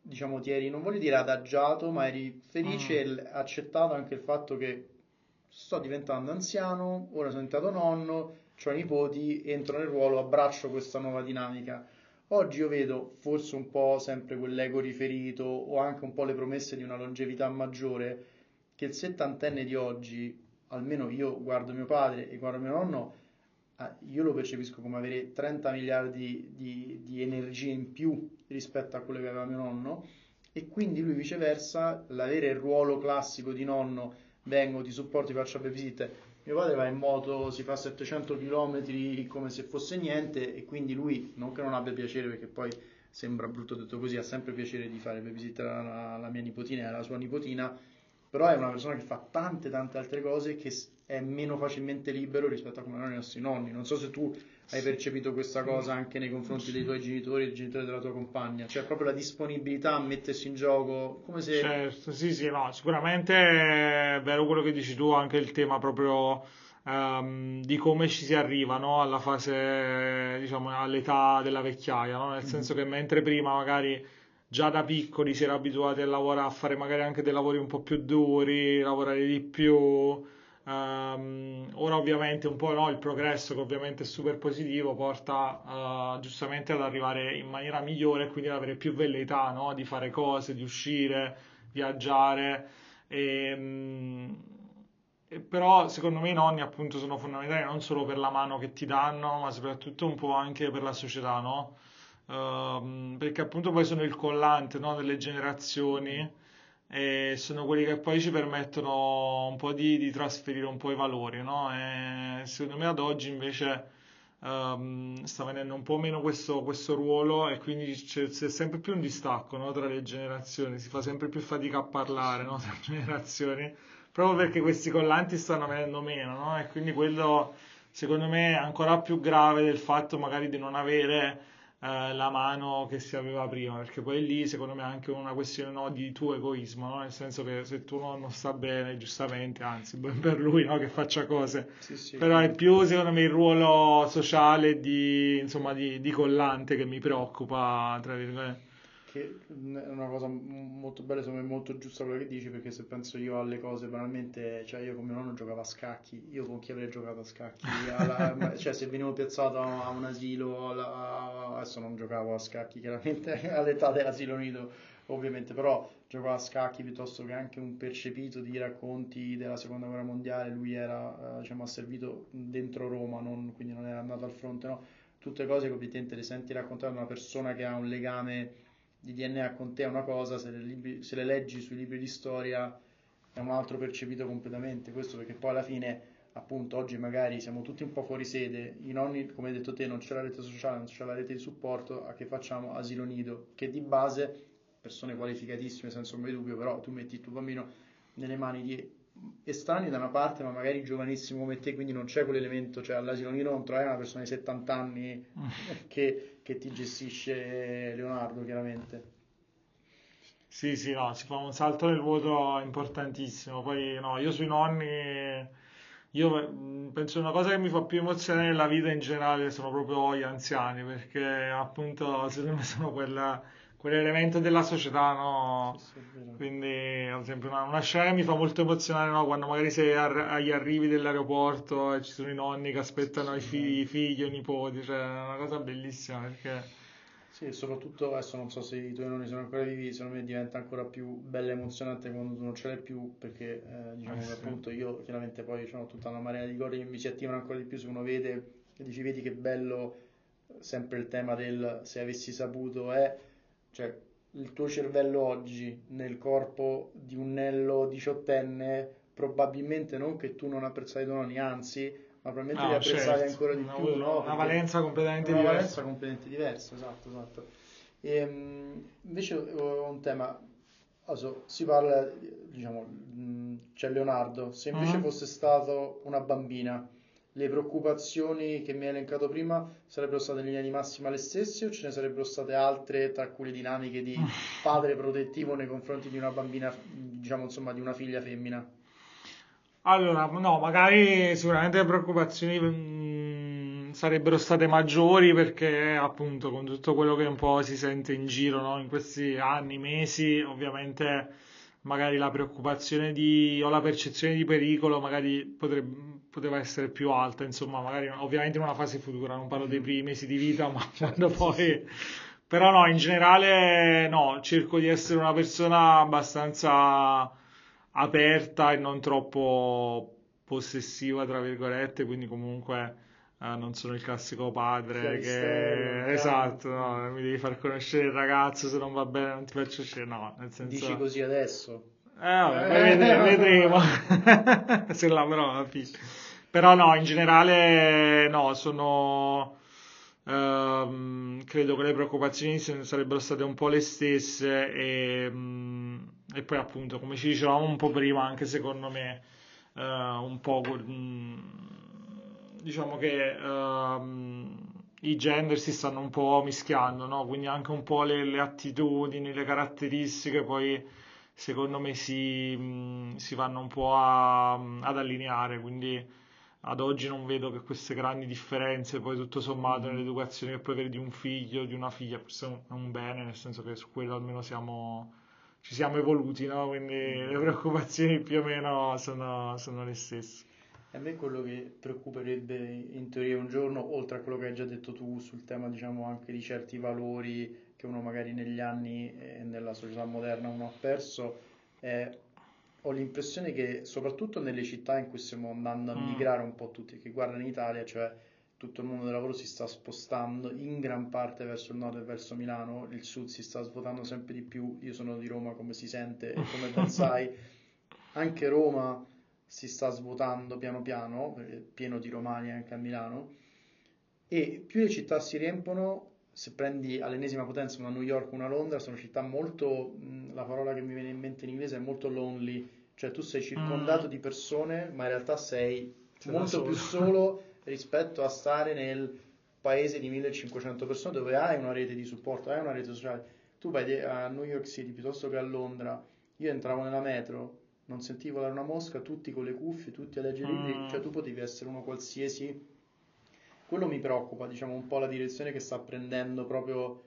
diciamo, ti eri, non voglio dire adagiato, ma eri felice Mm. e accettato anche il fatto che sto diventando anziano, ora sono diventato nonno, ho i nipoti, entro nel ruolo, abbraccio questa nuova dinamica. Oggi io vedo forse un po' sempre quell'ego riferito o anche un po' le promesse di una longevità maggiore, che il settantenne di oggi, almeno io guardo mio padre e guardo mio nonno, ah, io lo percepisco come avere trenta miliardi di, di energie in più rispetto a quello che aveva mio nonno, e quindi lui viceversa, l'avere il ruolo classico di nonno, vengo, ti supporto, ti faccio la babysitter. Mio padre va in moto, si fa settecento chilometri come se fosse niente, e quindi lui, non che non abbia piacere, perché poi sembra brutto detto così, ha sempre piacere di fare babysitter alla, alla mia nipotina e alla sua nipotina, però è una persona che fa tante tante altre cose, che s- è meno facilmente libero rispetto a come erano i nostri nonni. Non so se tu hai percepito questa cosa anche nei confronti dei tuoi genitori e dei genitori della tua compagna, cioè proprio la disponibilità a mettersi in gioco, come se... Certo, sì, sì, no, sicuramente è vero quello che dici tu, anche il tema proprio ehm, di come ci si arriva, no, alla fase, diciamo, all'età della vecchiaia, no? Nel Mhm. senso che mentre prima magari già da piccoli si era abituati a lavorare, a fare magari anche dei lavori un po' più duri, lavorare di più, ehm, ora ovviamente un po' no, il progresso che ovviamente è super positivo porta eh, giustamente ad arrivare in maniera migliore e quindi ad avere più velleità, no, di fare cose, di uscire viaggiare. E, mh, e però secondo me i nonni appunto sono fondamentali non solo per la mano che ti danno, ma soprattutto un po' anche per la società, no? Ehm, perché appunto poi sono il collante, no, delle generazioni e sono quelli che poi ci permettono un po' di, di trasferire un po' i valori, no? E secondo me ad oggi invece ehm, sta venendo un po' meno questo, questo ruolo e quindi c'è, c'è sempre più un distacco, no, tra le generazioni, si fa sempre più fatica a Sì, parlare, sì. no, tra generazioni, proprio perché questi collanti stanno venendo meno, no? E quindi quello secondo me è ancora più grave del fatto magari di non avere eh, la mano che si aveva prima, perché poi lì secondo me è anche una questione, no, di tuo egoismo, no? Nel senso che se tu non, non sta bene, giustamente, anzi, ben per lui, no, che faccia cose, Sì, sì, però è chiaro. più secondo me il ruolo sociale di, insomma, di, di collante che mi preoccupa, tra virgolette. Che è una cosa m- molto bella, secondo me molto giusta quella che dici, perché se penso io alle cose banalmente, cioè io con mio nonno giocavo a scacchi, io con chi avrei giocato a scacchi? Alla- ma- cioè se venivo piazzato a un asilo, alla- adesso non giocavo a scacchi chiaramente all'età dell'asilo nido ovviamente, però giocavo a scacchi piuttosto che anche un percepito di racconti della seconda guerra mondiale. Lui era, eh, diciamo, asservito dentro Roma, non- quindi non era andato al fronte, no? Tutte cose che obiettivamente le senti raccontare da una persona che ha un legame di D N A con te è una cosa, se le, libri- se le leggi sui libri di storia è un altro percepito completamente. Questo perché poi alla fine, appunto, oggi magari siamo tutti un po' fuori sede, i nonni, come hai detto te, non c'è la rete sociale, non c'è la rete di supporto, a che facciamo? Asilo nido, che di base, persone qualificatissime senza ombra di dubbio, però tu metti il tuo bambino nelle mani di estranei da una parte, ma magari giovanissimo come te, quindi non c'è quell'elemento, cioè all'asilo nido non troverai una persona di settanta anni che, che ti gestisce Leonardo, chiaramente. Sì, sì, no, si fa un salto nel vuoto importantissimo. Poi, no, io sui nonni, io mh, penso una cosa che mi fa più emozionare nella vita in generale sono proprio gli anziani, perché appunto secondo me sono quella- quell'elemento della società, Sì, no? sì, è vero. Quindi, ad esempio, una, una scena che mi fa molto emozionare, no? Quando magari sei ar- agli arrivi dell'aeroporto e ci sono i nonni che Sì, aspettano sì, i bello. figli, figli o i nipoti, cioè è una cosa bellissima perché... Sì, e soprattutto adesso non so se i tuoi nonni sono ancora vivi, secondo me diventa ancora più bella e emozionante quando tu non ce l'hai più, perché eh, Eh diciamo che sì. appunto io chiaramente poi ho tutta una marea di ricordi che mi si attivano ancora di più se uno vede e dici vedi che bello, sempre il tema del se avessi saputo è, cioè il tuo cervello oggi nel corpo di un Nello diciottenne, probabilmente non che tu non apprezzavi i tuoi nonni, anzi ma probabilmente li No, apprezzavi certo, ancora di una, più, no? una Perché valenza è completamente una diversa. valenza completamente diversa, esatto, esatto. E, invece ho un tema, adesso si parla, diciamo, mh, c'è Leonardo, se invece Mhm. fosse stato una bambina, le preoccupazioni che mi hai elencato prima sarebbero state in linea di massima le stesse o ce ne sarebbero state altre, tra cui le dinamiche di padre protettivo nei confronti di una bambina, diciamo, insomma, di una figlia femmina? Allora, no, magari sicuramente le preoccupazioni mm, sarebbero state maggiori perché appunto con tutto quello che un po' si sente in giro, no? In questi anni, mesi, ovviamente magari la preoccupazione di, o la percezione di pericolo magari potrebbe, poteva essere più alta, insomma, magari ovviamente in una fase futura, non parlo dei primi mesi di vita, ma quando poi... Però no, in generale no, cerco di essere una persona abbastanza aperta e non troppo possessiva, tra virgolette, quindi comunque eh, non sono il classico padre stereo, che... Esatto, no, mi devi far conoscere il ragazzo, se non va bene non ti faccio uscire, no, nel senso... Dici così adesso? Eh, vabbè, poi vedremo, vedremo. Se la prova, però no, in generale no, sono... ehm, credo che le preoccupazioni se- sarebbero state un po' le stesse e, mm, e poi appunto, come ci dicevamo un po' prima, anche secondo me eh, un po' mm, diciamo che ehm, i gender si stanno un po' mischiando, no? Quindi anche un po' le, le attitudini, le caratteristiche poi secondo me si, mh, si vanno un po' a- ad allineare, quindi ad oggi non vedo che queste grandi differenze, poi tutto sommato Mm. nell'educazione che puoi avere di un figlio, di una figlia, questo è un, è un bene, nel senso che su quello almeno siamo, ci siamo evoluti, no? Quindi le preoccupazioni più o meno sono, sono le stesse. E a me quello che preoccuperebbe in teoria un giorno, oltre a quello che hai già detto tu sul tema, diciamo, anche di certi valori che uno magari negli anni e nella società moderna uno ha perso, è, ho l'impressione che soprattutto nelle città in cui stiamo andando a Mm, migrare un po' tutti, che guardano in Italia, cioè tutto il mondo del lavoro si sta spostando in gran parte verso il nord e verso Milano, il sud si sta svuotando sempre di più, io sono di Roma come si sente e come ben sai, anche Roma si sta svuotando piano piano, perché è pieno di romani anche a Milano, e più le città si riempiono, se prendi all'ennesima potenza una New York, una Londra, sono città molto, mh, la parola che mi viene in mente in inglese è molto lonely, cioè tu sei circondato mm, di persone, ma in realtà sei sei da molto più solo. solo rispetto a stare nel paese di millecinquecento persone dove hai una rete di supporto, hai una rete sociale. Tu vai de- a New York City piuttosto che a Londra, io entravo nella metro, non sentivo volare una mosca, tutti con le cuffie, tutti a leggere libri, cioè Mm, tu potevi essere uno qualsiasi. Quello mi preoccupa, diciamo, un po' la direzione che sta prendendo proprio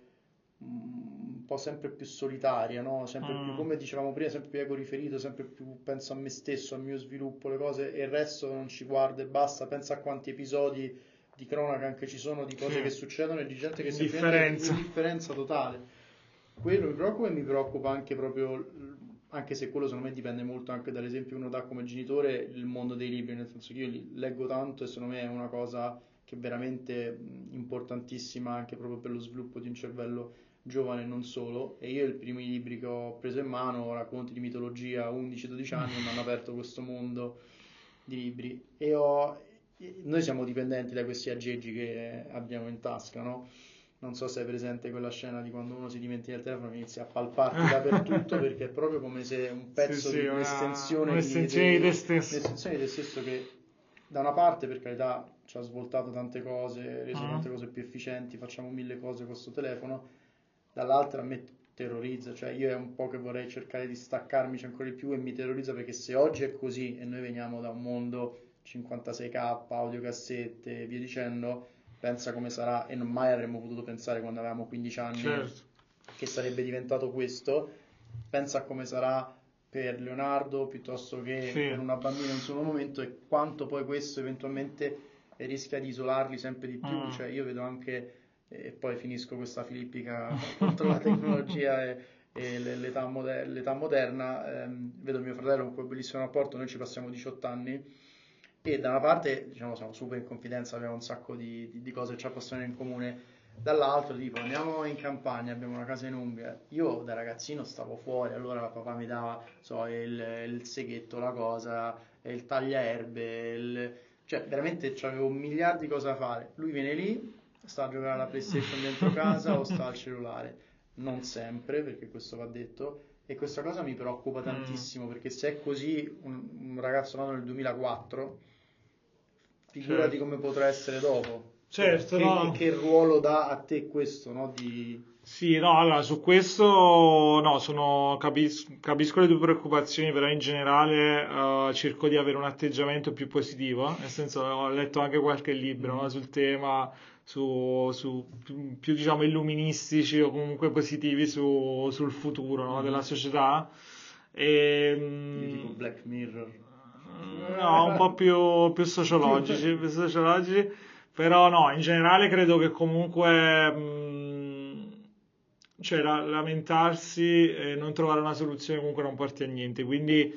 mm, un po' sempre più solitaria, no? Sempre più, mm, come dicevamo prima, sempre più ego riferito, sempre più penso a me stesso, al mio sviluppo, le cose, e il resto non ci guarda e basta. Pensa a quanti episodi di cronaca anche ci sono di cose sì, che succedono e di gente che semplicemente indifferenza. indifferenza totale. Quello mi preoccupa e mi preoccupa anche proprio, anche se quello secondo me dipende molto anche dall'esempio che uno dà come genitore, il mondo dei libri, nel senso che io li leggo tanto e secondo me è una cosa che è veramente mh, importantissima anche proprio per lo sviluppo di un cervello giovane e non solo. E io i primi libri che ho preso in mano, racconti di mitologia, undici dodici anni, mi hanno aperto questo mondo di libri. E ho, noi siamo dipendenti da questi aggeggi che abbiamo in tasca, no? Non so se è presente quella scena di quando uno si dimentica il telefono e inizia a palparti dappertutto perché è proprio come se un Sì, pezzo sì, di una, un'estensione di, un'estensione di te di- stesso. un'estensione di te stesso che da una parte per carità ci ha svoltato tante cose, reso Mm, tante cose più efficienti, facciamo mille cose con questo telefono, dall'altra a me terrorizza, cioè io è un po' che vorrei cercare di staccarmici ancora di più e mi terrorizza perché se oggi è così e noi veniamo da un mondo cinquantasei K, audiocassette e via dicendo, pensa come sarà e non mai avremmo potuto pensare quando avevamo quindici anni certo. che sarebbe diventato questo, pensa a come sarà per Leonardo piuttosto che Sì. per una bambina in un solo momento e quanto poi questo eventualmente rischia di isolarli sempre di più, Mm. cioè io vedo anche, e poi finisco questa filippica contro la tecnologia e, e l'età, moder- l'età moderna, ehm, vedo mio fratello con quel bellissimo rapporto, noi ci passiamo diciotto anni e da una parte diciamo siamo super in confidenza, abbiamo un sacco di, di- di cose che ci appassionano in comune, dall'altro tipo andiamo in campagna, abbiamo una casa in Umbria, io da ragazzino stavo fuori, allora papà mi dava so, il, il seghetto, la cosa, il tagliaerbe, il... cioè veramente avevo miliardi di cose da fare, lui viene lì, sta a giocare alla PlayStation dentro casa o sta al cellulare, non sempre perché questo va detto. E questa cosa mi preoccupa Mm. tantissimo perché se è così un, un ragazzo nato nel duemilaquattro, figurati Certo. come potrà essere dopo. Cioè, Certo, che, e no. che ruolo dà a te questo, no? Di... Sì, no, allora su questo no, sono, capis- capisco le tue preoccupazioni, però in generale eh, cerco di avere un atteggiamento più positivo, nel senso ho letto anche qualche libro, no, Mhm. sul tema, su, su più, più, diciamo illuministici o comunque positivi su- sul futuro, no, della Mhm. società. E, Io tipo mm, Black Mirror. no, un po' più, più Più- sociologici, più sociologici, però no, in generale credo che comunque mh, cioè, la- lamentarsi e non trovare una soluzione comunque non porti a niente, quindi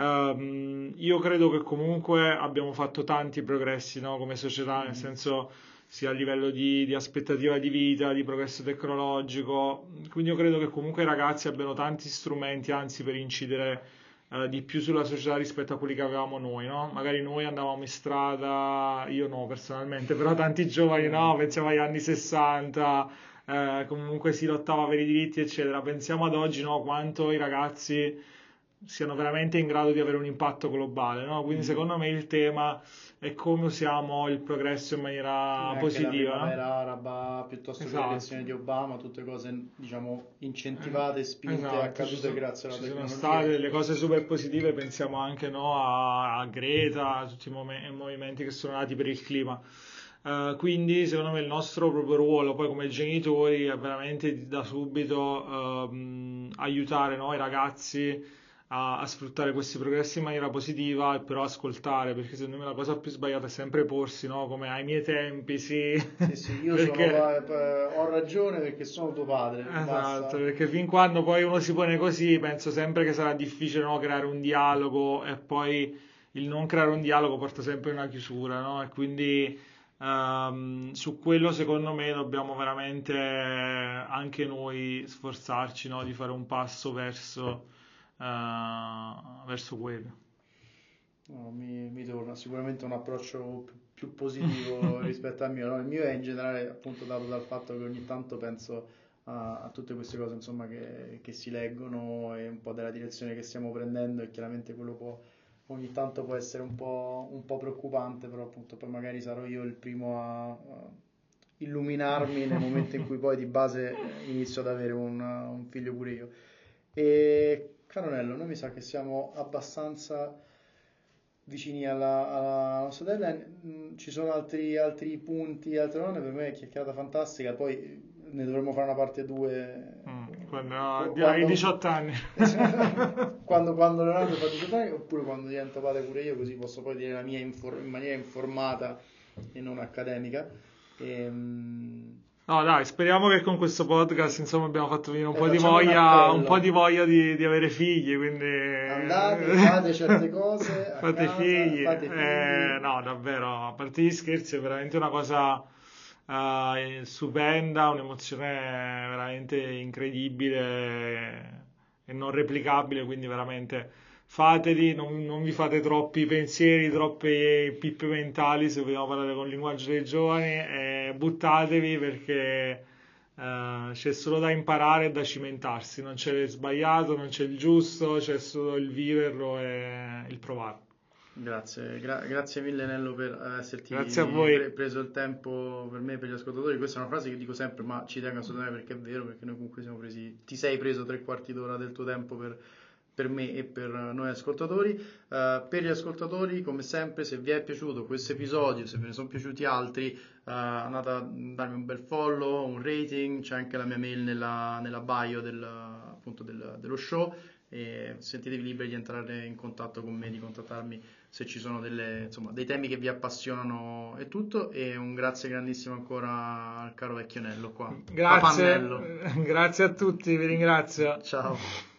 ehm, io credo che comunque abbiamo fatto tanti progressi, no, come società, nel Mhm. senso sia a livello di, di aspettativa di vita, di progresso tecnologico, quindi io credo che comunque i ragazzi abbiano tanti strumenti, anzi, per incidere eh, di più sulla società rispetto a quelli che avevamo noi, no? Magari noi andavamo in strada, io no personalmente, però tanti giovani no, Mhm. pensiamo agli anni sessanta, eh, comunque si lottava per i diritti, eccetera. Pensiamo ad oggi, no, quanto i ragazzi siano veramente in grado di avere un impatto globale, no? Quindi Mhm. secondo me il tema è come usiamo il progresso in Sì, maniera anche la positiva, no? primavera araba piuttosto che le Esatto. elezioni di Obama, tutte cose diciamo Eh, incentivate, spinte, Esatto, ci accadute sono, grazie alla ci sono tecnologia. state delle cose super positive, pensiamo anche no, a, a Greta, a tutti i mom- i movimenti che sono nati per il clima. Eh, quindi secondo me il nostro proprio ruolo poi come genitori è veramente di- da subito ehm, aiutare no, i ragazzi a, a sfruttare questi progressi in maniera positiva e però ascoltare, perché secondo me la cosa più sbagliata è sempre porsi, no? Come ai miei tempi, sì, Sì, sì, io sono, perché pa- pa- ho ragione perché sono tuo padre, esatto, basta. perché fin quando poi uno si pone così, penso sempre che sarà difficile, no, creare un dialogo e poi il non creare un dialogo porta sempre a una chiusura, no? E quindi ehm, su quello secondo me dobbiamo veramente anche noi sforzarci, no, di fare un passo verso, eh, verso quello. No, mi, mi torna sicuramente un approccio più, più positivo rispetto al mio. No, il mio è in generale appunto dato dal fatto che ogni tanto penso a, a tutte queste cose insomma, che, che si leggono e un po' della direzione che stiamo prendendo e chiaramente quello può, ogni tanto può essere un po', un po' preoccupante, però appunto poi magari sarò io il primo a, a illuminarmi nel momento in cui poi di base eh, inizio ad avere un, un figlio pure io. E Caronello, noi mi sa che siamo abbastanza vicini alla, alla nostra deadline. Mm, ci sono altri, altri punti, altre donne, per me è chiacchierata fantastica, poi ne dovremmo fare una parte due Mm, quando hai quando, diciotto anni. quando, quando Leonardo fa diciotto anni oppure quando divento padre pure io, così posso poi dire la mia infor- in maniera informata e non accademica. Ehm, No, dai, speriamo che con questo podcast, insomma, abbiamo fatto venire un e po' di facciamo un voglia, un po' di appello. voglia di, di avere figli, quindi Andate, fate certe cose a fate casa, figli. fate Eh, figli. no, davvero, a parte gli scherzi, è veramente una cosa eh, stupenda, un'emozione veramente incredibile e non replicabile, quindi veramente fateli, non, non vi fate troppi pensieri, troppe pippe mentali, se vogliamo parlare con il linguaggio dei giovani, e buttatevi perché eh, c'è solo da imparare e da cimentarsi, non c'è il sbagliato, non c'è il giusto, c'è solo il viverlo e il provarlo. Grazie, gra- grazie mille Nello per Grazie a esserti pre- voi. preso il tempo per me e per gli ascoltatori. Questa è una frase che dico sempre, ma ci tengo assolutamente perché è vero, perché noi comunque siamo presi, ti sei preso tre quarti d'ora del tuo tempo per, per me e per noi ascoltatori. Eh, per gli ascoltatori, come sempre, se vi è piaciuto questo episodio, se ve ne sono piaciuti altri, eh, andate a darmi un bel follow, un rating, c'è anche la mia mail nella, nella bio del, appunto del- dello show e sentitevi liberi di entrare in contatto con me, di contattarmi se ci sono delle, insomma, dei temi che vi appassionano e tutto. E un grazie grandissimo ancora al caro vecchio Nello qua, Grazie, papannello. grazie a tutti, vi ringrazio. Ciao.